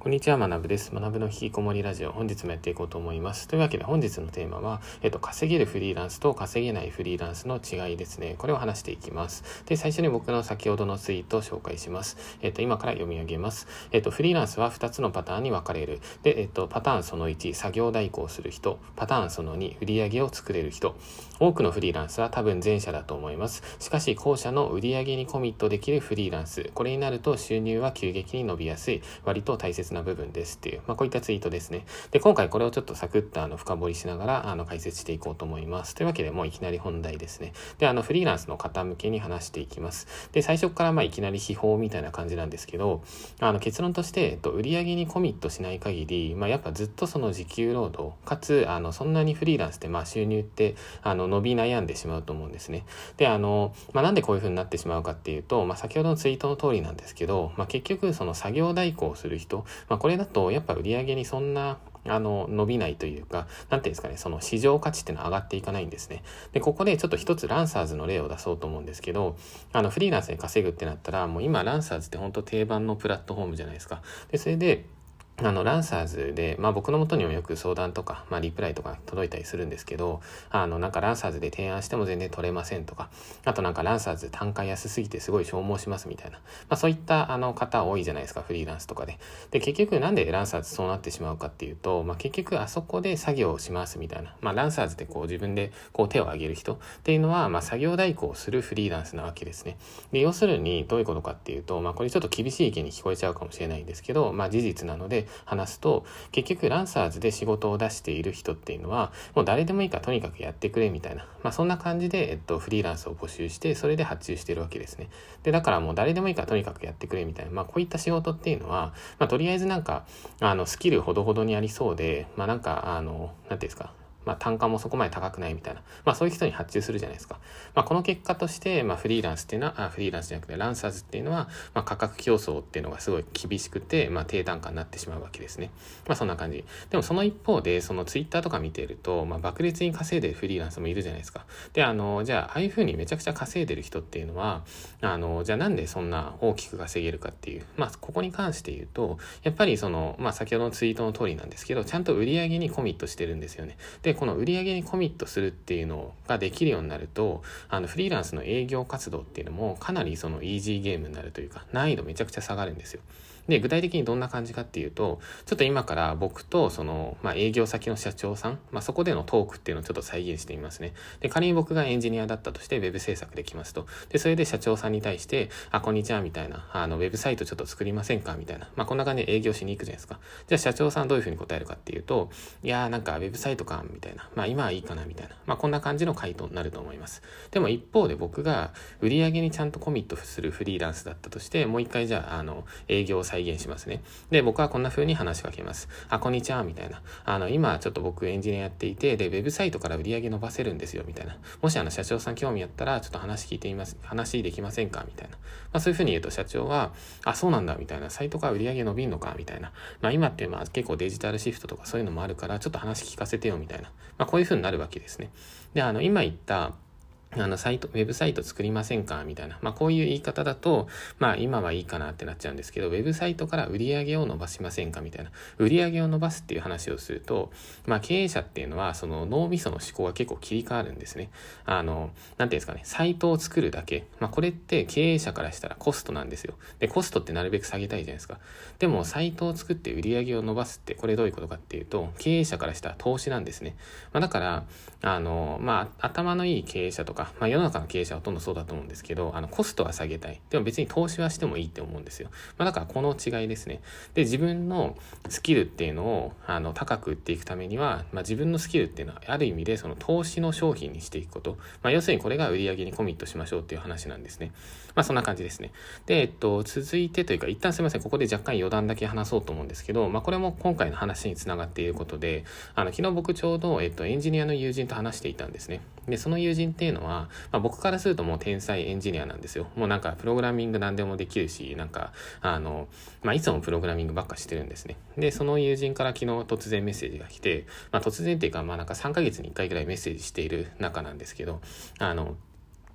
こんにちは、学部です。学部の引きこもりラジオ、本日もやっていこうと思います。というわけで本日のテーマは、稼げるフリーランスと稼げないフリーランスの違いですね。これを話していきます。で、最初に僕の先ほどのツイートを紹介します。今から読み上げます。フリーランスは2つのパターンに分かれる。で、パターンその1、作業代行する人。パターンその2、売上を作れる人。多くのフリーランスは多分前者だと思います。しかし、後者の売上にコミットできるフリーランス。これになると収入は急激に伸びやすい。割と大切な部分ですっていう、こういったツイートですね。で、今回これをちょっとサクッと深掘りしながら解説していこうと思います。というわけでもういきなり本題ですね。で、フリーランスの方向けに話していきます。で、最初からいきなり秘宝みたいな感じなんですけど、結論として、売上にコミットしない限り、やっぱずっとその時給労働、かつ、そんなにフリーランスって収入って伸び悩んでしまうと思うんですね。で、なんでこういう風になってしまうかっていうと、先ほどのツイートの通りなんですけど、結局その作業代行をする人、これだとやっぱ売上にそんな伸びないというか、なんていうんですかね、その市場価値っていうのは上がっていかないんですね。で、ここでちょっと一つランサーズの例を出そうと思うんですけど、フリーランスで稼ぐってなったら、もう今ランサーズって本当定番のプラットフォームじゃないですか。で、それで、ランサーズで、僕の元にもよく相談とか、リプライとか届いたりするんですけど、ランサーズで提案しても全然取れませんとか、あとランサーズ単価安すぎてすごい消耗しますみたいな、そういった方多いじゃないですか、フリーランスとかで。で、結局なんでランサーズそうなってしまうかっていうと、結局あそこで作業をしますみたいな、ランサーズで自分で手を挙げる人っていうのは、作業代行をするフリーランスなわけですね。で、要するにどういうことかっていうと、これちょっと厳しい意見に聞こえちゃうかもしれないんですけど、事実なので、話すと、結局ランサーズで仕事を出している人っていうのはもう誰でもいいからとにかくやってくれみたいな、そんな感じで、フリーランスを募集してそれで発注しているわけですね。で、だからもう誰でもいいからとにかくやってくれみたいな、こういった仕事っていうのは、とりあえずスキルほどほどにありそうで、なんていうんですか、単価もそこまで高くないみたいな、そういう人に発注するじゃないですか。この結果として、フリーランスっていうのは、フリーランスじゃなくてランサーズっていうのは、価格競争っていうのがすごい厳しくて、低単価になってしまうわけですね。そんな感じ。でもその一方で、そのツイッターとか見ていると、爆裂に稼いでるフリーランスもいるじゃないですか。で、じゃあ、ああいう風にめちゃくちゃ稼いでる人っていうのは、じゃあなんでそんな大きく稼げるかっていう、ここに関して言うと、やっぱりその、先ほどのツイートの通りなんですけど、ちゃんと売り上げにコミットしてるんですよね。で、この売り上げにコミットするっていうのができるようになると、フリーランスの営業活動っていうのもかなりそのイージーゲームになるというか、難易度めちゃくちゃ下がるんですよ。で、具体的にどんな感じかっていうと、ちょっと今から僕とその、営業先の社長さん、そこでのトークっていうのをちょっと再現してみますね。で、仮に僕がエンジニアだったとして、ウェブ制作できますと。で、それで社長さんに対して、こんにちは、みたいな、ウェブサイトちょっと作りませんかみたいな。こんな感じで営業しに行くじゃないですか。じゃあ社長さんどういうふうに答えるかっていうと、いやーウェブサイトか、みたいな。今はいいかな、みたいな。こんな感じの回答になると思います。でも一方で僕が売り上げにちゃんとコミットするフリーランスだったとして、もう一回じゃあ、営業を再現しますね。で、僕はこんな風に話しかけます。こんにちは、みたいな。今ちょっと僕エンジニアやっていて、で、ウェブサイトから売り上げ伸ばせるんですよ、みたいな。もし社長さん興味あったら、ちょっと話聞いてみます。話できませんかみたいな。そういう風に言うと社長は、そうなんだ、みたいな。サイトから売り上げ伸びんのかみたいな。今って結構デジタルシフトとかそういうのもあるから、ちょっと話聞かせてよ、みたいな。こういう風になるわけですね。で、今言った、ウェブサイト作りませんかみたいな。こういう言い方だと、今はいいかなってなっちゃうんですけど、ウェブサイトから売り上げを伸ばしませんかみたいな。売り上げを伸ばすっていう話をすると、経営者っていうのは、その脳みその思考が結構切り替わるんですね。なんていうんですかね、サイトを作るだけ。これって経営者からしたらコストなんですよ。で、コストってなるべく下げたいじゃないですか。でも、サイトを作って売り上げを伸ばすって、これどういうことかっていうと、経営者からしたら投資なんですね。だから、頭のいい経営者とか、世の中の経営者はほとんどそうだと思うんですけど、コストは下げたい。でも別に投資はしてもいいって思うんですよ。だからこの違いですね。で、自分のスキルっていうのを、高く売っていくためには、自分のスキルっていうのは、ある意味でその投資の商品にしていくこと。要するにこれが売り上げにコミットしましょうっていう話なんですね。そんな感じですね。で、続いてというか、一旦すいません、ここで若干余談だけ話そうと思うんですけど、これも今回の話につながっていることで、昨日僕ちょうど、エンジニアの友人と話していたんですね。で、その友人っていうのは、僕からするともう天才エンジニアなんですよ。もうプログラミング何でもできるし、いつもプログラミングばっかしてるんですね。で、その友人から昨日突然メッセージが来て、突然っていうか、3ヶ月に1回ぐらいメッセージしている中なんですけど、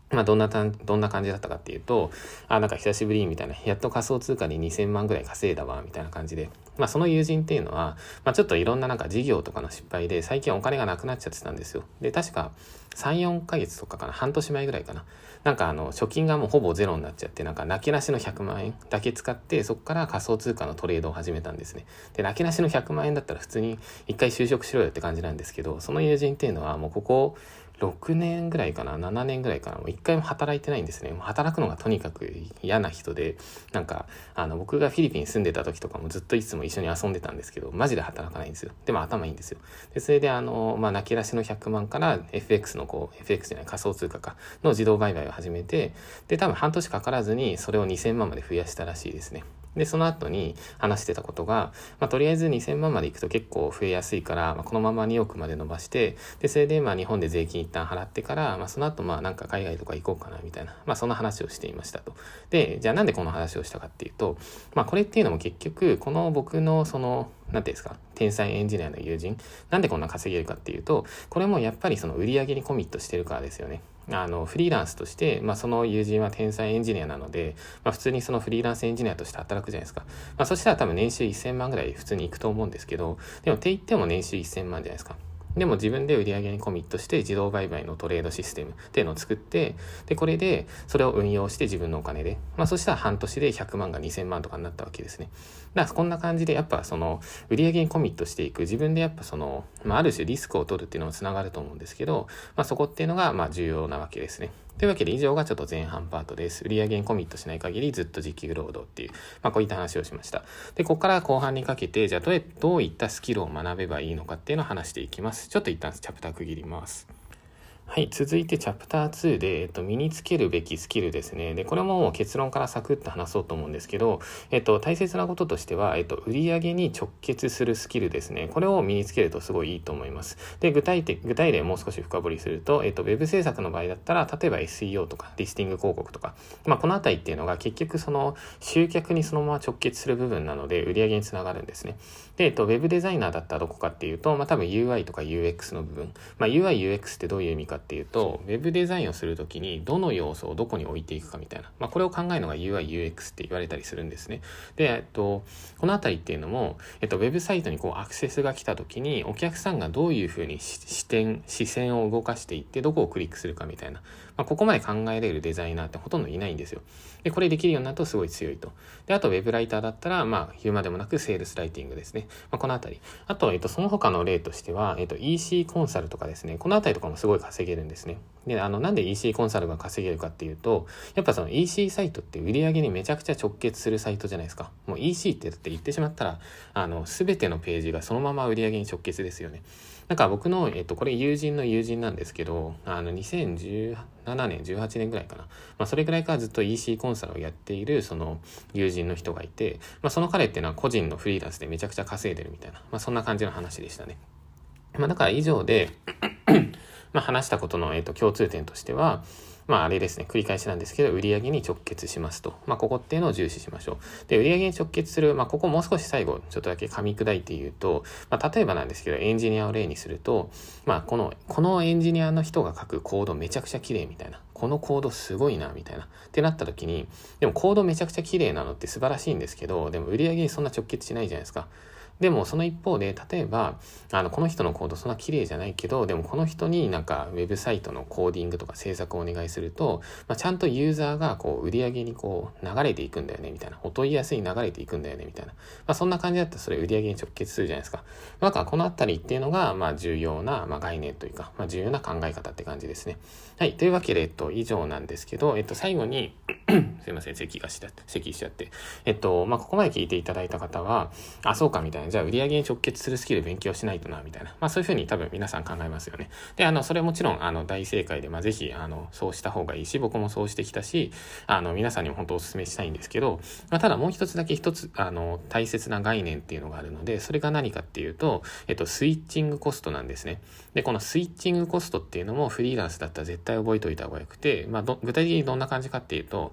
どんな感じだったかっていうと、なんか久しぶりみたいな、やっと仮想通貨で2000万ぐらい稼いだわ、みたいな感じで。その友人っていうのは、ちょっといろんななんか事業とかの失敗で最近お金がなくなっちゃってたんですよ。で、確か3、4ヶ月とかかな、半年前ぐらいかな。なんか貯金がもうほぼゼロになっちゃって、なんかなけなしの100万円だけ使って、そこから仮想通貨のトレードを始めたんですね。で、なけなしの100万円だったら普通に一回就職しろよって感じなんですけど、その友人っていうのはもうここ、6年ぐらいかな、7年ぐらいかな、もう一回も働いてないんですね。もう働くのがとにかく嫌な人で、なんか、僕がフィリピンに住んでた時とかもずっといつも一緒に遊んでたんですけど、マジで働かないんですよ。でも頭いいんですよ。で、それでなけ出しの100万から FX のFX じゃない、仮想通貨か、の自動売買を始めて、で、多分半年かからずにそれを2000万まで増やしたらしいですね。で、その後に話してたことが、とりあえず2000万までいくと結構増えやすいから、このまま2億まで伸ばして、で、それで日本で税金一旦払ってから、その後なんか海外とか行こうかなみたいな、そんな話をしていましたと。で、じゃあなんでこの話をしたかっていうと、これっていうのも結局、この僕のなんていうんですか、天才エンジニアの友人、なんでこんな稼げるかっていうと、これもやっぱりその売り上げにコミットしてるからですよね。フリーランスとして、その友人は天才エンジニアなので、普通にそのフリーランスエンジニアとして働くじゃないですか。そしたら多分年収1000万ぐらい普通に行くと思うんですけど、でもって言っても年収1000万じゃないですか。でも自分で売り上げにコミットして自動売買のトレードシステムっていうのを作って、で、これでそれを運用して自分のお金で、そしたら半年で100万が2000万とかになったわけですね。だからこんな感じでやっぱその売り上げにコミットしていく、自分でやっぱある種リスクを取るっていうのもつながると思うんですけど、そこっていうのが重要なわけですね。というわけで以上がちょっと前半パートです。売上にコミットしない限りずっと時給労働っていう、こういった話をしました。で、ここから後半にかけて、じゃあどういったスキルを学べばいいのかっていうのを話していきます。ちょっと一旦チャプター区切ります。はい、続いてチャプター2で、身につけるべきスキルですね。で、これももう結論からサクッと話そうと思うんですけど、大切なこととしては、売上に直結するスキルですね。これを身につけるとすごいいいと思います。で、具体例をもう少し深掘りすると、ウェブ制作の場合だったら、例えば SEO とか、リスティング広告とか、このあたりっていうのが結局集客にそのまま直結する部分なので、売上につながるんですね。で、ウェブデザイナーだったらどこかっていうと、多分 UI とか UX の部分。UI、UX ってどういう意味かっていうと、ウェブデザインをするときにどの要素をどこに置いていくかみたいな。これを考えるのが UI、UX って言われたりするんですね。で、このあたりっていうのも、ウェブサイトにアクセスが来たときに、お客さんがどういうふうに視線を動かしていって、どこをクリックするかみたいな。ここまで考えれるデザイナーってほとんどいないんですよ。で、これできるようになるとすごい強いと。で、あとウェブライターだったら、言うまでもなくセールスライティングですね。このあたり。あと、その他の例としては、EC コンサルとかですね。このあたりとかもすごい稼げるんですね。で、なんで EC コンサルが稼げるかっていうと、やっぱEC サイトって売り上げにめちゃくちゃ直結するサイトじゃないですか。もう EC ってだって言ってしまったら、すべてのページがそのまま売り上げに直結ですよね。なんか僕の、これ友人の友人なんですけど、2017年、18年ぐらいかな。それぐらいからずっと EC コンサルをやっている、友人の人がいて、その彼っていうのは個人のフリーランスでめちゃくちゃ稼いでるみたいな、そんな感じの話でしたね。だから以上で、話したことの、共通点としては、あれですね、繰り返しなんですけど、売上に直結しますと。ここっていうのを重視しましょう。で、売上に直結する、ここもう少し最後、ちょっとだけ噛み砕いて言うと、例えばなんですけど、エンジニアを例にすると、このエンジニアの人が書くコードめちゃくちゃ綺麗みたいな。このコードすごいな、みたいな。ってなった時に、でもコードめちゃくちゃ綺麗なのって素晴らしいんですけど、でも売上にそんな直結しないじゃないですか。でもその一方で、例えばこの人のコードそんな綺麗じゃないけど、でもこの人になんかウェブサイトのコーディングとか制作をお願いすると、ちゃんとユーザーが売り上げに流れていくんだよねみたいな、お問い合わせに流れていくんだよねみたいな、そんな感じだったらそれ売り上げに直結するじゃないですか。だからこのあたりっていうのが重要な概念というか、重要な考え方って感じですね。はい、というわけで以上なんですけど、最後にすいません、咳しちゃって。ここまで聞いていただいた方は、そうかみたいな、じゃあ売上に直結するスキル勉強しないとな、みたいな。そういうふうに多分皆さん考えますよね。で、それはもちろん、大正解で、ぜひ、そうした方がいいし、僕もそうしてきたし、皆さんにも本当お勧めしたいんですけど、ただもう一つ、大切な概念っていうのがあるので、それが何かっていうと、スイッチングコストなんですね。で、このスイッチングコストっていうのもフリーランスだったら絶対覚えておいた方がよくて、具体的にどんな感じかっていうと、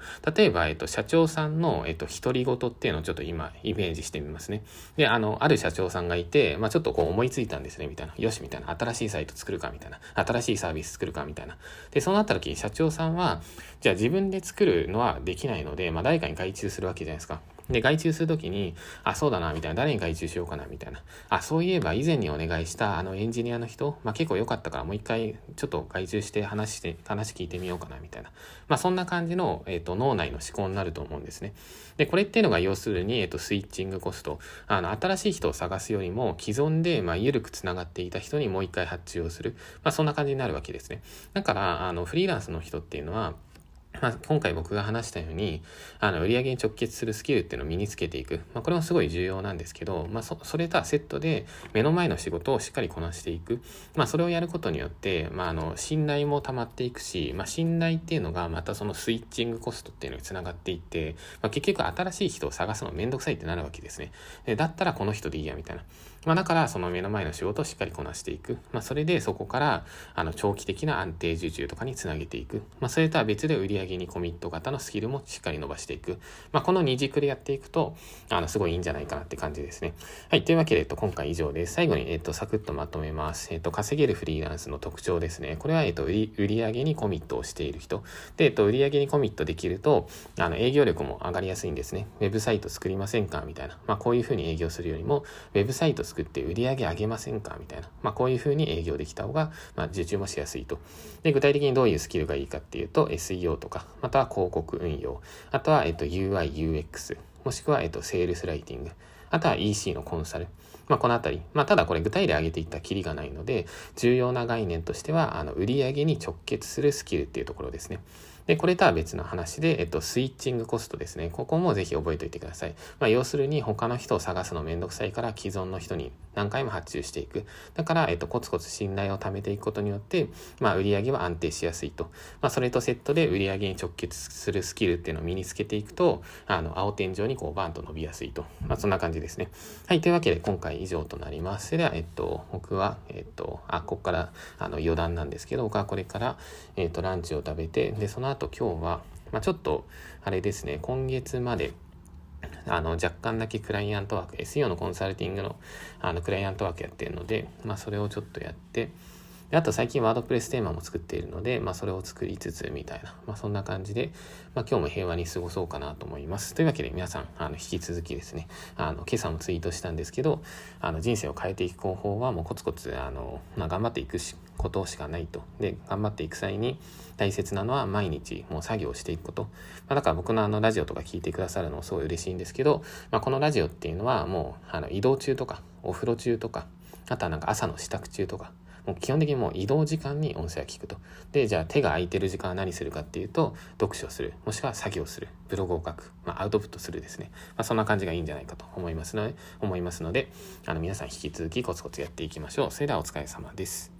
例えば、社長さんの、独り言っていうのをちょっと今、イメージしてみますね。で、ある社長さんがいて、ちょっとこう思いついたんですね、みたいな。よし、みたいな。新しいサイト作るか、みたいな。新しいサービス作るか、みたいな。で、そうなった時に社長さんは、じゃあ自分で作るのはできないので、誰かに外注するわけじゃないですか。で、外注するときに、そうだな、みたいな。誰に外注しようかな、みたいな。そういえば以前にお願いしたエンジニアの人、結構良かったからもう一回ちょっと外注して話聞いてみようかな、みたいな。そんな感じの、脳内の思考になると思うんですね。で、これっていうのが要するに、スイッチングコスト。新しい人を探すよりも、既存で、緩くつながっていた人にもう一回発注をする。そんな感じになるわけですね。だから、フリーランスの人っていうのは、今回僕が話したように、売上に直結するスキルっていうのを身につけていく。これもすごい重要なんですけど、それとはセットで目の前の仕事をしっかりこなしていく。それをやることによって、信頼も溜まっていくし、信頼っていうのがまたそのスイッチングコストっていうのにつながっていって、結局新しい人を探すのめんどくさいってなるわけですね。だったらこの人でいいや、みたいな。だからその目の前の仕事をしっかりこなしていく。それでそこから、長期的な安定受注とかにつなげていく。それとは別で売上にコミット型のスキルもしっかり伸ばしていく。この二軸でやっていくと、すごいいいんじゃないかなって感じですね。はい。というわけで、今回以上です。最後に、サクッとまとめます。稼げるフリーランスの特徴ですね。これは、売上にコミットをしている人。で、売上にコミットできると、営業力も上がりやすいんですね。ウェブサイト作りませんかみたいな。こういうふうに営業するよりも、ウェブサイト作って売上上げませんかみたいな。こういうふうに営業できた方が、受注もしやすいと。で、具体的にどういうスキルがいいかっていうと、SEO とか、または広告運用、あとは、UI、UX、もしくは、セールスライティング、あとは EC のコンサル。このあたり。ただこれ具体例挙げていったらキリがないので、重要な概念としては、売上に直結するスキルっていうところですね。で、これとは別の話で、スイッチングコストですね。ここもぜひ覚えておいてください。要するに他の人を探すのめんどくさいから既存の人に何回も発注していく。だから、コツコツ信頼を貯めていくことによって、売上は安定しやすいと。それとセットで売上に直結するスキルっていうのを身につけていくと、青天井にこうバーンと伸びやすいと。そんな感じですね。はい。というわけで今回以上となります。それでは、僕は、ここから余談なんですけど、僕はこれから、ランチを食べて、で、その後今日は、ちょっと、あれですね、今月まで、若干だけクライアントワーク、SEO のコンサルティングの、クライアントワークやってるので、それをちょっとやって、であと最近ワードプレステーマも作っているので、それを作りつつみたいな、そんな感じで、今日も平和に過ごそうかなと思います。というわけで皆さん、引き続きですね、今朝もツイートしたんですけど、人生を変えていく方法はもうコツコツ、頑張っていくことしかないと。で、頑張っていく際に大切なのは毎日もう作業していくこと。だから僕のラジオとか聞いてくださるのもすごい嬉しいんですけど、このラジオっていうのはもう移動中とか、お風呂中とか、あとは朝の支度中とか、もう基本的にもう移動時間に音声を聞くと。で、じゃあ手が空いてる時間は何するかっていうと、読書する、もしくは作業する、ブログを書く、アウトプットするですね。そんな感じがいいんじゃないかと思いますので、皆さん引き続きコツコツやっていきましょう。それではお疲れ様です。